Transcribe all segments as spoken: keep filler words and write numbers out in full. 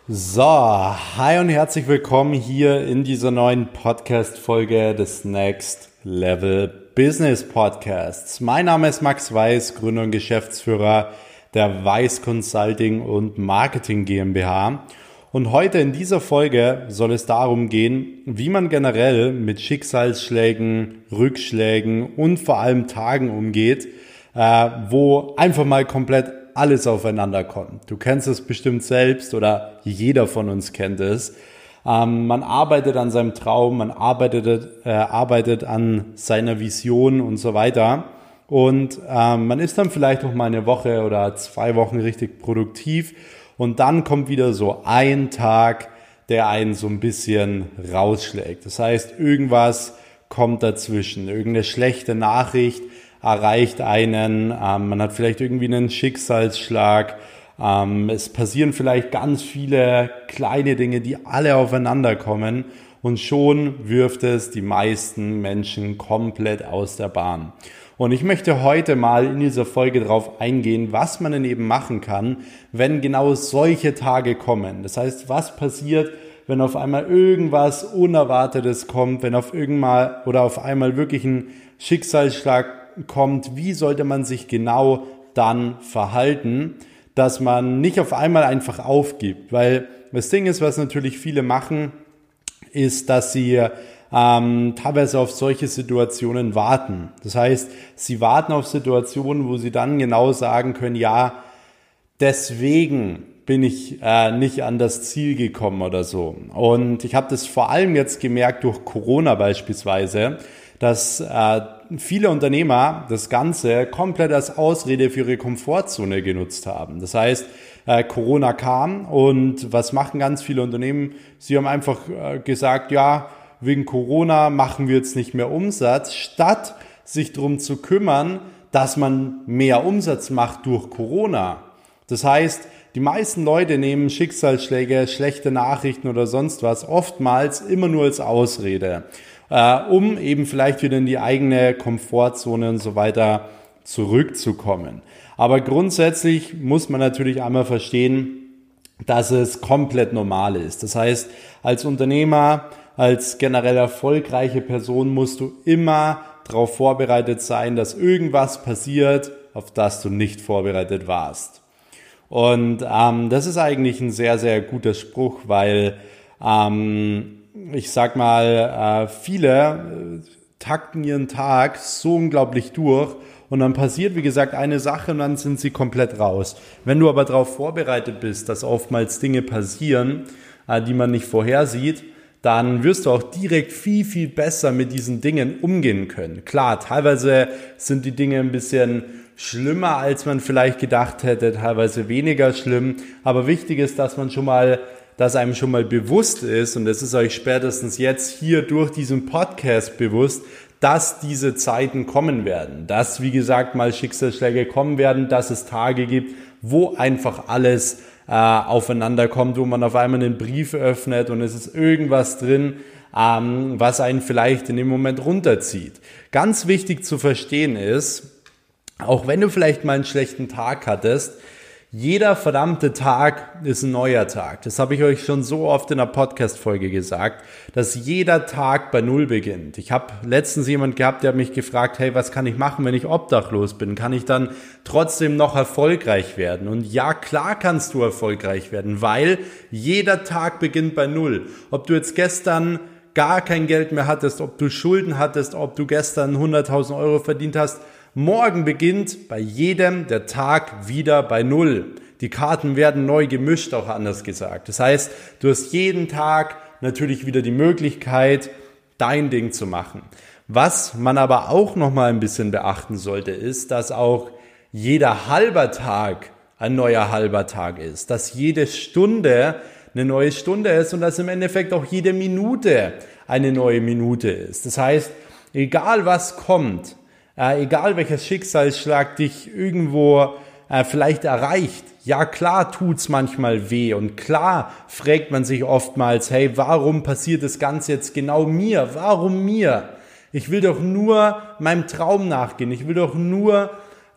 So, hi und herzlich willkommen hier in dieser neuen Podcast-Folge des Next Level Business Podcasts. Mein Name ist Max Weiß, Gründer und Geschäftsführer der Weiß Consulting und Marketing GmbH. Und heute in dieser Folge soll es darum gehen, wie man generell mit Schicksalsschlägen, Rückschlägen und vor allem Tagen umgeht, äh, wo einfach mal komplett alles aufeinander kommt. Du kennst es bestimmt selbst oder jeder von uns kennt es. Ähm, man arbeitet an seinem Traum, man arbeitet, äh, arbeitet an seiner Vision und so weiter. Und ähm, man ist dann vielleicht noch mal eine Woche oder zwei Wochen richtig produktiv. Und dann kommt wieder so ein Tag, der einen so ein bisschen rausschlägt. Das heißt, irgendwas kommt dazwischen, irgendeine schlechte Nachricht erreicht einen, ähm, man hat vielleicht irgendwie einen Schicksalsschlag, ähm, es passieren vielleicht ganz viele kleine Dinge, die alle aufeinander kommen und schon wirft es die meisten Menschen komplett aus der Bahn. Und ich möchte heute mal in dieser Folge darauf eingehen, was man denn eben machen kann, wenn genau solche Tage kommen. Das heißt, was passiert, wenn auf einmal irgendwas Unerwartetes kommt, wenn auf irgendwann oder auf einmal wirklich ein Schicksalsschlag kommt, wie sollte man sich genau dann verhalten, dass man nicht auf einmal einfach aufgibt. Weil das Ding ist, was natürlich viele machen, ist, dass sie ähm, teilweise auf solche Situationen warten. Das heißt, sie warten auf Situationen, wo sie dann genau sagen können, ja, deswegen bin ich äh, nicht an das Ziel gekommen oder so. Und ich habe das vor allem jetzt gemerkt durch Corona beispielsweise, dass äh, viele Unternehmer das Ganze komplett als Ausrede für ihre Komfortzone genutzt haben. Das heißt, äh, Corona kam und was machen ganz viele Unternehmen? Sie haben einfach äh, gesagt, ja, wegen Corona machen wir jetzt nicht mehr Umsatz, statt sich darum zu kümmern, dass man mehr Umsatz macht durch Corona. Das heißt, die meisten Leute nehmen Schicksalsschläge, schlechte Nachrichten oder sonst was oftmals immer nur als Ausrede, äh, um eben vielleicht wieder in die eigene Komfortzone und so weiter zurückzukommen. Aber grundsätzlich muss man natürlich einmal verstehen, dass es komplett normal ist. Das heißt, als Unternehmer, als generell erfolgreiche Person musst du immer darauf vorbereitet sein, dass irgendwas passiert, auf das du nicht vorbereitet warst. Und ähm, das ist eigentlich ein sehr, sehr guter Spruch, weil ähm, ich sag mal, äh, viele äh, takten ihren Tag so unglaublich durch und dann passiert, wie gesagt, eine Sache und dann sind sie komplett raus. Wenn du aber darauf vorbereitet bist, dass oftmals Dinge passieren, äh, die man nicht vorhersieht, dann wirst du auch direkt viel, viel besser mit diesen Dingen umgehen können. Klar, teilweise sind die Dinge ein bisschen schlimmer, als man vielleicht gedacht hätte, teilweise weniger schlimm. Aber wichtig ist, dass man schon mal, dass einem schon mal bewusst ist, und es ist euch spätestens jetzt hier durch diesen Podcast bewusst, dass diese Zeiten kommen werden. Dass, wie gesagt, mal Schicksalsschläge kommen werden, dass es Tage gibt, wo einfach alles äh, aufeinander kommt, wo man auf einmal einen Brief öffnet und es ist irgendwas drin, ähm, was einen vielleicht in dem Moment runterzieht. Ganz wichtig zu verstehen ist, auch wenn du vielleicht mal einen schlechten Tag hattest, jeder verdammte Tag ist ein neuer Tag. Das habe ich euch schon so oft in der Podcast-Folge gesagt, dass jeder Tag bei Null beginnt. Ich habe letztens jemand gehabt, der hat mich gefragt, hey, was kann ich machen, wenn ich obdachlos bin? Kann ich dann trotzdem noch erfolgreich werden? Und ja, klar kannst du erfolgreich werden, weil jeder Tag beginnt bei Null. Ob du jetzt gestern gar kein Geld mehr hattest, ob du Schulden hattest, ob du gestern hunderttausend Euro verdient hast, morgen beginnt bei jedem der Tag wieder bei Null. Die Karten werden neu gemischt, auch anders gesagt. Das heißt, du hast jeden Tag natürlich wieder die Möglichkeit, dein Ding zu machen. Was man aber auch noch mal ein bisschen beachten sollte, ist, dass auch jeder halber Tag ein neuer halber Tag ist. Dass jede Stunde eine neue Stunde ist und dass im Endeffekt auch jede Minute eine neue Minute ist. Das heißt, egal was kommt, Äh, egal welcher Schicksalsschlag dich irgendwo äh, vielleicht erreicht, ja klar tut's manchmal weh und klar fragt man sich oftmals, hey, warum passiert das Ganze jetzt genau mir? Warum mir? Ich will doch nur meinem Traum nachgehen, ich will doch nur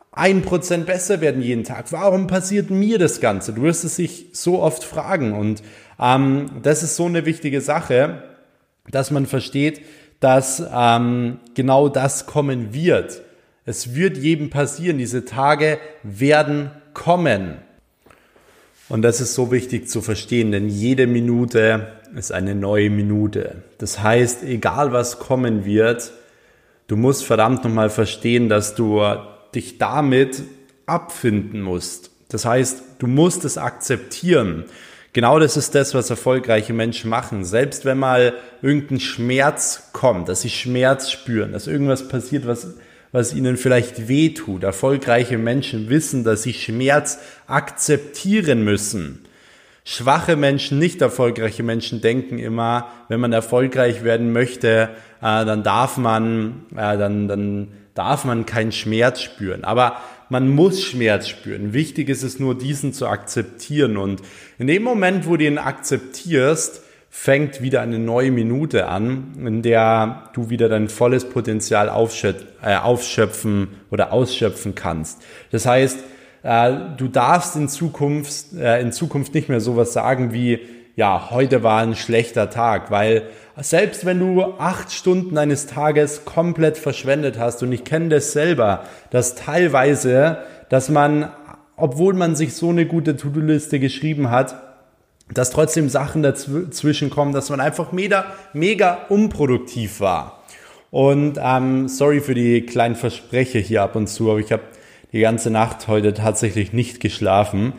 ein Prozent besser werden jeden Tag? Warum passiert mir das Ganze? Du wirst es dich so oft fragen und ähm, das ist so eine wichtige Sache, dass man versteht, dass ähm, genau das kommen wird. Es wird jedem passieren. Diese Tage werden kommen. Und das ist so wichtig zu verstehen, denn jede Minute ist eine neue Minute. Das heißt, egal was kommen wird, du musst verdammt nochmal verstehen, dass du dich damit abfinden musst. Das heißt, du musst es akzeptieren. Genau das ist das, was erfolgreiche Menschen machen. Selbst wenn mal irgendein Schmerz kommt, dass sie Schmerz spüren, dass irgendwas passiert, was, was ihnen vielleicht wehtut. Erfolgreiche Menschen wissen, dass sie Schmerz akzeptieren müssen. Schwache Menschen, nicht erfolgreiche Menschen denken immer, wenn man erfolgreich werden möchte, äh, dann darf man, äh, dann, dann darf man keinen Schmerz spüren. Aber man muss Schmerz spüren. Wichtig ist es nur, diesen zu akzeptieren. Und in dem Moment, wo du ihn akzeptierst, fängt wieder eine neue Minute an, in der du wieder dein volles Potenzial aufschöpfen, äh, aufschöpfen oder ausschöpfen kannst. Das heißt, äh, du darfst in Zukunft, äh, in Zukunft nicht mehr sowas sagen wie, ja, heute war ein schlechter Tag, weil selbst wenn du acht Stunden eines Tages komplett verschwendet hast, und ich kenne das selber, dass teilweise, dass man, obwohl man sich so eine gute To-Do-Liste geschrieben hat, dass trotzdem Sachen dazwischen kommen, dass man einfach mega, mega unproduktiv war. Und ähm, sorry für die kleinen Verspreche hier ab und zu, aber ich habe die ganze Nacht heute tatsächlich nicht geschlafen.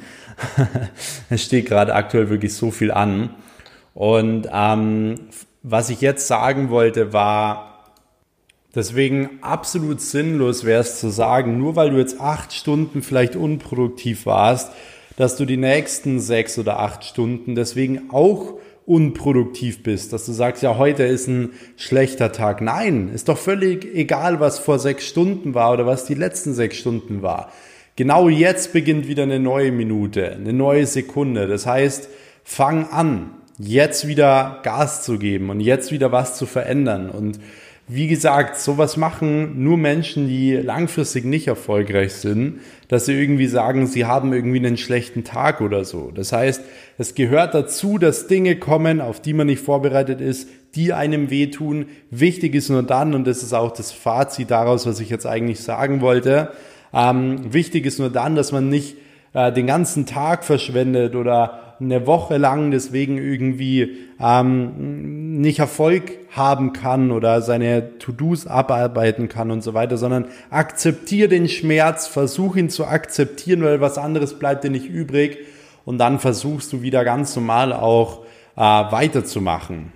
Es steht gerade aktuell wirklich so viel an. Und ähm, was ich jetzt sagen wollte, war, deswegen absolut sinnlos wäre es zu sagen, nur weil du jetzt acht Stunden vielleicht unproduktiv warst, dass du die nächsten sechs oder acht Stunden deswegen auch unproduktiv bist, dass du sagst, ja, heute ist ein schlechter Tag. Nein, ist doch völlig egal, was vor sechs Stunden war oder was die letzten sechs Stunden war. Genau jetzt beginnt wieder eine neue Minute, eine neue Sekunde. Das heißt, fang an, jetzt wieder Gas zu geben und jetzt wieder was zu verändern. Und wie gesagt, sowas machen nur Menschen, die langfristig nicht erfolgreich sind, dass sie irgendwie sagen, sie haben irgendwie einen schlechten Tag oder so. Das heißt, es gehört dazu, dass Dinge kommen, auf die man nicht vorbereitet ist, die einem wehtun. Wichtig ist nur dann, und das ist auch das Fazit daraus, was ich jetzt eigentlich sagen wollte, ähm, wichtig ist nur dann, dass man nicht äh, den ganzen Tag verschwendet oder eine Woche lang deswegen irgendwie ähm, nicht Erfolg haben kann oder seine To-Dos abarbeiten kann und so weiter, sondern akzeptiere den Schmerz, versuch ihn zu akzeptieren, weil was anderes bleibt dir nicht übrig, und dann versuchst du wieder ganz normal auch äh, weiterzumachen.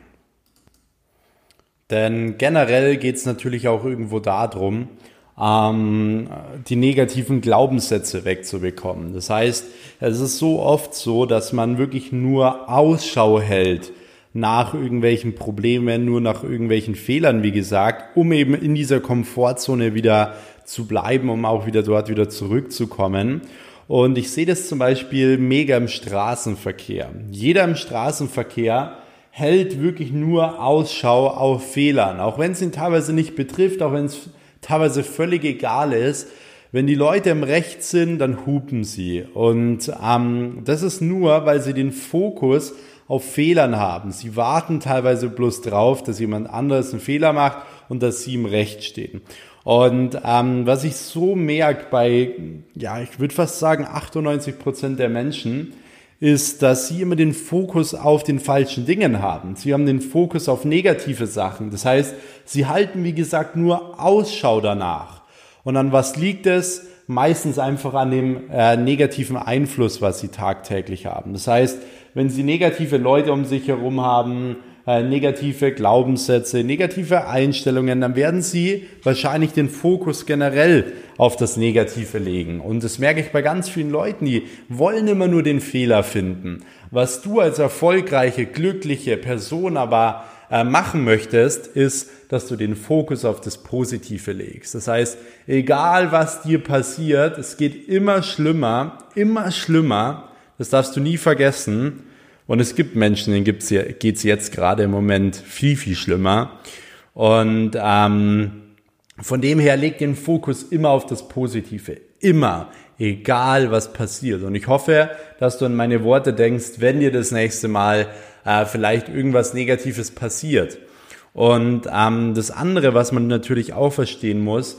Denn generell geht es natürlich auch irgendwo darum, ähm, die negativen Glaubenssätze wegzubekommen. Das heißt, es ist so oft so, dass man wirklich nur Ausschau hält nach irgendwelchen Problemen, nur nach irgendwelchen Fehlern, wie gesagt, um eben in dieser Komfortzone wieder zu bleiben, um auch wieder dort wieder zurückzukommen. Und ich sehe das zum Beispiel mega im Straßenverkehr. Jeder im Straßenverkehr hält wirklich nur Ausschau auf Fehlern, auch wenn es ihn teilweise nicht betrifft, auch wenn es teilweise völlig egal ist. Wenn die Leute im Recht sind, dann hupen sie. Und ähm, das ist nur, weil sie den Fokus auf Fehlern haben. Sie warten teilweise bloß drauf, dass jemand anderes einen Fehler macht und dass sie im Recht stehen. Und ähm, was ich so merke bei, ja, ich würde fast sagen achtundneunzig Prozent der Menschen, ist, dass sie immer den Fokus auf den falschen Dingen haben. Sie haben den Fokus auf negative Sachen. Das heißt, sie halten, wie gesagt, nur Ausschau danach. Und an was liegt es? Meistens einfach an dem äh, negativen Einfluss, was sie tagtäglich haben. Das heißt, wenn sie negative Leute um sich herum haben, äh, negative Glaubenssätze, negative Einstellungen, dann werden sie wahrscheinlich den Fokus generell auf das Negative legen. Und das merke ich bei ganz vielen Leuten, die wollen immer nur den Fehler finden. Was du als erfolgreiche, glückliche Person aber äh, machen möchtest, ist, dass du den Fokus auf das Positive legst. Das heißt, egal was dir passiert, es geht immer schlimmer, immer schlimmer. Das darfst du nie vergessen. Und es gibt Menschen, denen geht es jetzt gerade im Moment viel, viel schlimmer. Und ähm, von dem her leg den Fokus immer auf das Positive. Immer. Egal, was passiert. Und ich hoffe, dass du an meine Worte denkst, wenn dir das nächste Mal äh, vielleicht irgendwas Negatives passiert. Und ähm, das andere, was man natürlich auch verstehen muss,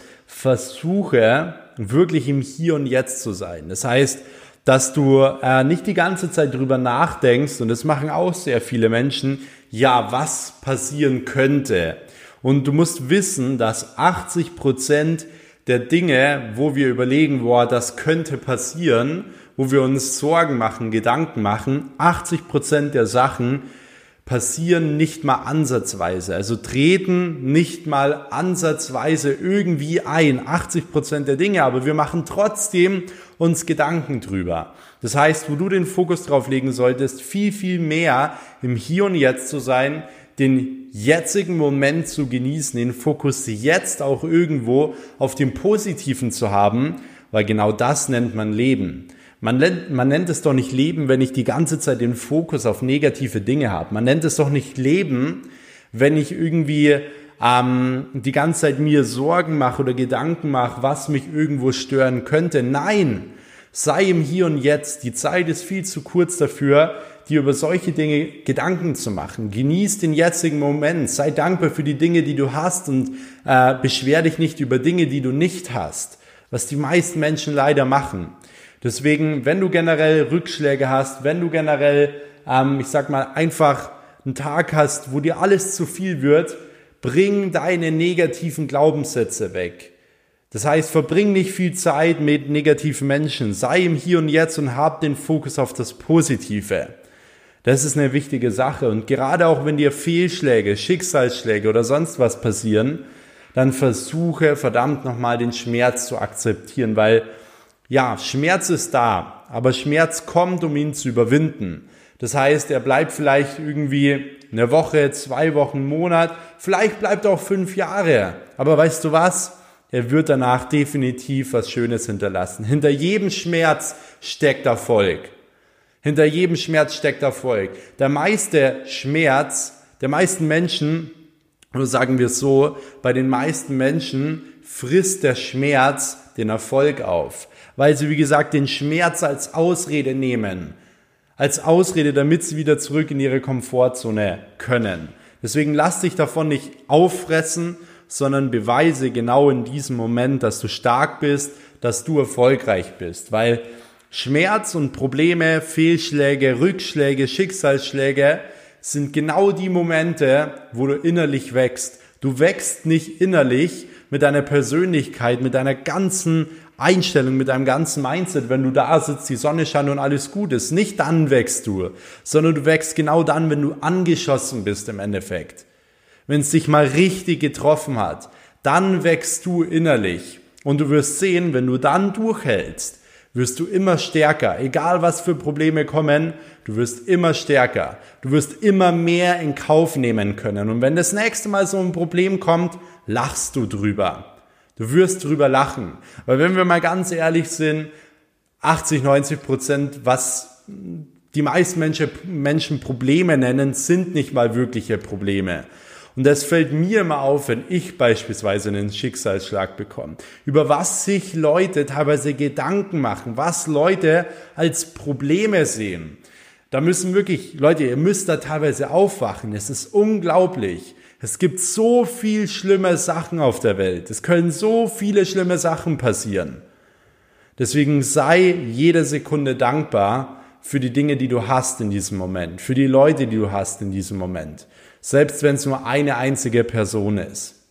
versuche wirklich im Hier und Jetzt zu sein. Das heißt, dass du äh, nicht die ganze Zeit drüber nachdenkst, und das machen auch sehr viele Menschen, ja, was passieren könnte. Und du musst wissen, dass achtzig Prozent der Dinge, wo wir überlegen, boah, das könnte passieren, wo wir uns Sorgen machen, Gedanken machen, achtzig Prozent der Sachen passieren nicht mal ansatzweise, also treten nicht mal ansatzweise irgendwie ein, achtzig Prozent der Dinge, aber wir machen trotzdem uns Gedanken drüber. Das heißt, wo du den Fokus drauf legen solltest, viel, viel mehr im Hier und Jetzt zu sein, den jetzigen Moment zu genießen, den Fokus jetzt auch irgendwo auf dem Positiven zu haben, weil genau das nennt man Leben. Man nennt, man nennt es doch nicht Leben, wenn ich die ganze Zeit den Fokus auf negative Dinge habe. Man nennt es doch nicht Leben, wenn ich irgendwie ähm, die ganze Zeit mir Sorgen mache oder Gedanken mache, was mich irgendwo stören könnte. Nein, sei im Hier und Jetzt. Die Zeit ist viel zu kurz dafür, dir über solche Dinge Gedanken zu machen. Genieß den jetzigen Moment. Sei dankbar für die Dinge, die du hast, und äh, beschwer dich nicht über Dinge, die du nicht hast, was die meisten Menschen leider machen. Deswegen, wenn du generell Rückschläge hast, wenn du generell, ähm, ich sag mal, einfach einen Tag hast, wo dir alles zu viel wird, bring deine negativen Glaubenssätze weg. Das heißt, verbring nicht viel Zeit mit negativen Menschen. Sei im Hier und Jetzt und hab den Fokus auf das Positive. Das ist eine wichtige Sache. Und gerade auch wenn dir Fehlschläge, Schicksalsschläge oder sonst was passieren, dann versuche verdammt nochmal den Schmerz zu akzeptieren, weil ja, Schmerz ist da, aber Schmerz kommt, um ihn zu überwinden. Das heißt, er bleibt vielleicht irgendwie eine Woche, zwei Wochen, einen Monat, vielleicht bleibt er auch fünf Jahre. Aber weißt du was? Er wird danach definitiv was Schönes hinterlassen. Hinter jedem Schmerz steckt Erfolg. Hinter jedem Schmerz steckt Erfolg. Der meiste Schmerz, der meisten Menschen, oder sagen wir es so, bei den meisten Menschen frisst der Schmerz den Erfolg auf. Weil sie, wie gesagt, den Schmerz als Ausrede nehmen. Als Ausrede, damit sie wieder zurück in ihre Komfortzone können. Deswegen lass dich davon nicht auffressen, sondern beweise genau in diesem Moment, dass du stark bist, dass du erfolgreich bist. Weil Schmerz und Probleme, Fehlschläge, Rückschläge, Schicksalsschläge sind genau die Momente, wo du innerlich wächst. Du wächst nicht innerlich mit deiner Persönlichkeit, mit deiner ganzen Einstellung, mit deinem ganzen Mindset, wenn du da sitzt, die Sonne scheint und alles gut ist. Nicht dann wächst du, sondern du wächst genau dann, wenn du angeschossen bist im Endeffekt. Wenn es dich mal richtig getroffen hat, dann wächst du innerlich. Und du wirst sehen, wenn du dann durchhältst, wirst du immer stärker. Egal was für Probleme kommen, du wirst immer stärker. Du wirst immer mehr in Kauf nehmen können. Und wenn das nächste Mal so ein Problem kommt, lachst du drüber. Du wirst drüber lachen. Weil wenn wir mal ganz ehrlich sind, achtzig, neunzig Prozent, was die meisten Menschen, Menschen Probleme nennen, sind nicht mal wirkliche Probleme. Und das fällt mir immer auf, wenn ich beispielsweise einen Schicksalsschlag bekomme. Über was sich Leute teilweise Gedanken machen, was Leute als Probleme sehen. Da müssen wirklich, Leute, ihr müsst da teilweise aufwachen. Es ist unglaublich. Es gibt so viel schlimme Sachen auf der Welt. Es können so viele schlimme Sachen passieren. Deswegen sei jede Sekunde dankbar für die Dinge, die du hast in diesem Moment, für die Leute, die du hast in diesem Moment. Selbst wenn es nur eine einzige Person ist.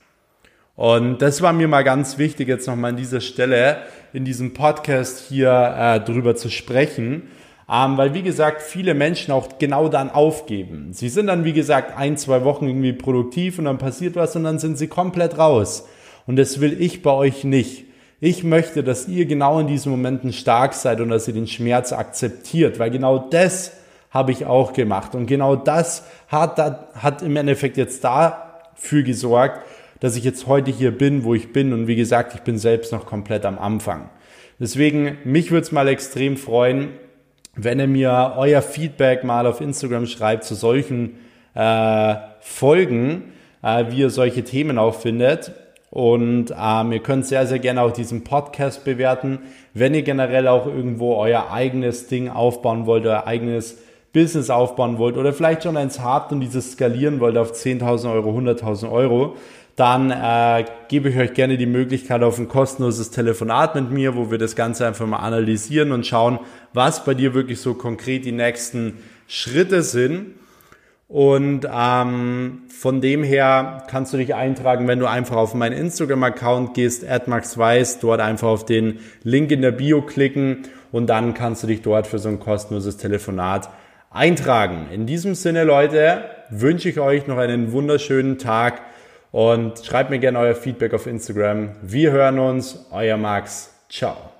Und das war mir mal ganz wichtig, jetzt nochmal an dieser Stelle in diesem Podcast hier äh, drüber zu sprechen. Ähm, weil, wie gesagt, viele Menschen auch genau dann aufgeben. Sie sind dann, wie gesagt, ein, zwei Wochen irgendwie produktiv und dann passiert was und dann sind sie komplett raus. Und das will ich bei euch nicht. Ich möchte, dass ihr genau in diesen Momenten stark seid und dass ihr den Schmerz akzeptiert, weil genau das habe ich auch gemacht. Und genau das hat, hat im Endeffekt jetzt dafür gesorgt, dass ich jetzt heute hier bin, wo ich bin. Und wie gesagt, ich bin selbst noch komplett am Anfang. Deswegen, mich würde es mal extrem freuen, wenn ihr mir euer Feedback mal auf Instagram schreibt zu solchen äh, Folgen, äh, wie ihr solche Themen auch findet. Und ähm, ihr könnt sehr, sehr gerne auch diesen Podcast bewerten. Wenn ihr generell auch irgendwo euer eigenes Ding aufbauen wollt, euer eigenes Business aufbauen wollt oder vielleicht schon eins habt und dieses skalieren wollt auf zehntausend Euro, hunderttausend Euro, dann äh, gebe ich euch gerne die Möglichkeit auf ein kostenloses Telefonat mit mir, wo wir das Ganze einfach mal analysieren und schauen, was bei dir wirklich so konkret die nächsten Schritte sind. Und ähm, von dem her kannst du dich eintragen, wenn du einfach auf meinen Instagram-Account gehst, at maxweiss, dort einfach auf den Link in der Bio klicken und dann kannst du dich dort für so ein kostenloses Telefonat eintragen. In diesem Sinne, Leute, wünsche ich euch noch einen wunderschönen Tag und schreibt mir gerne euer Feedback auf Instagram. Wir hören uns, euer Max. Ciao.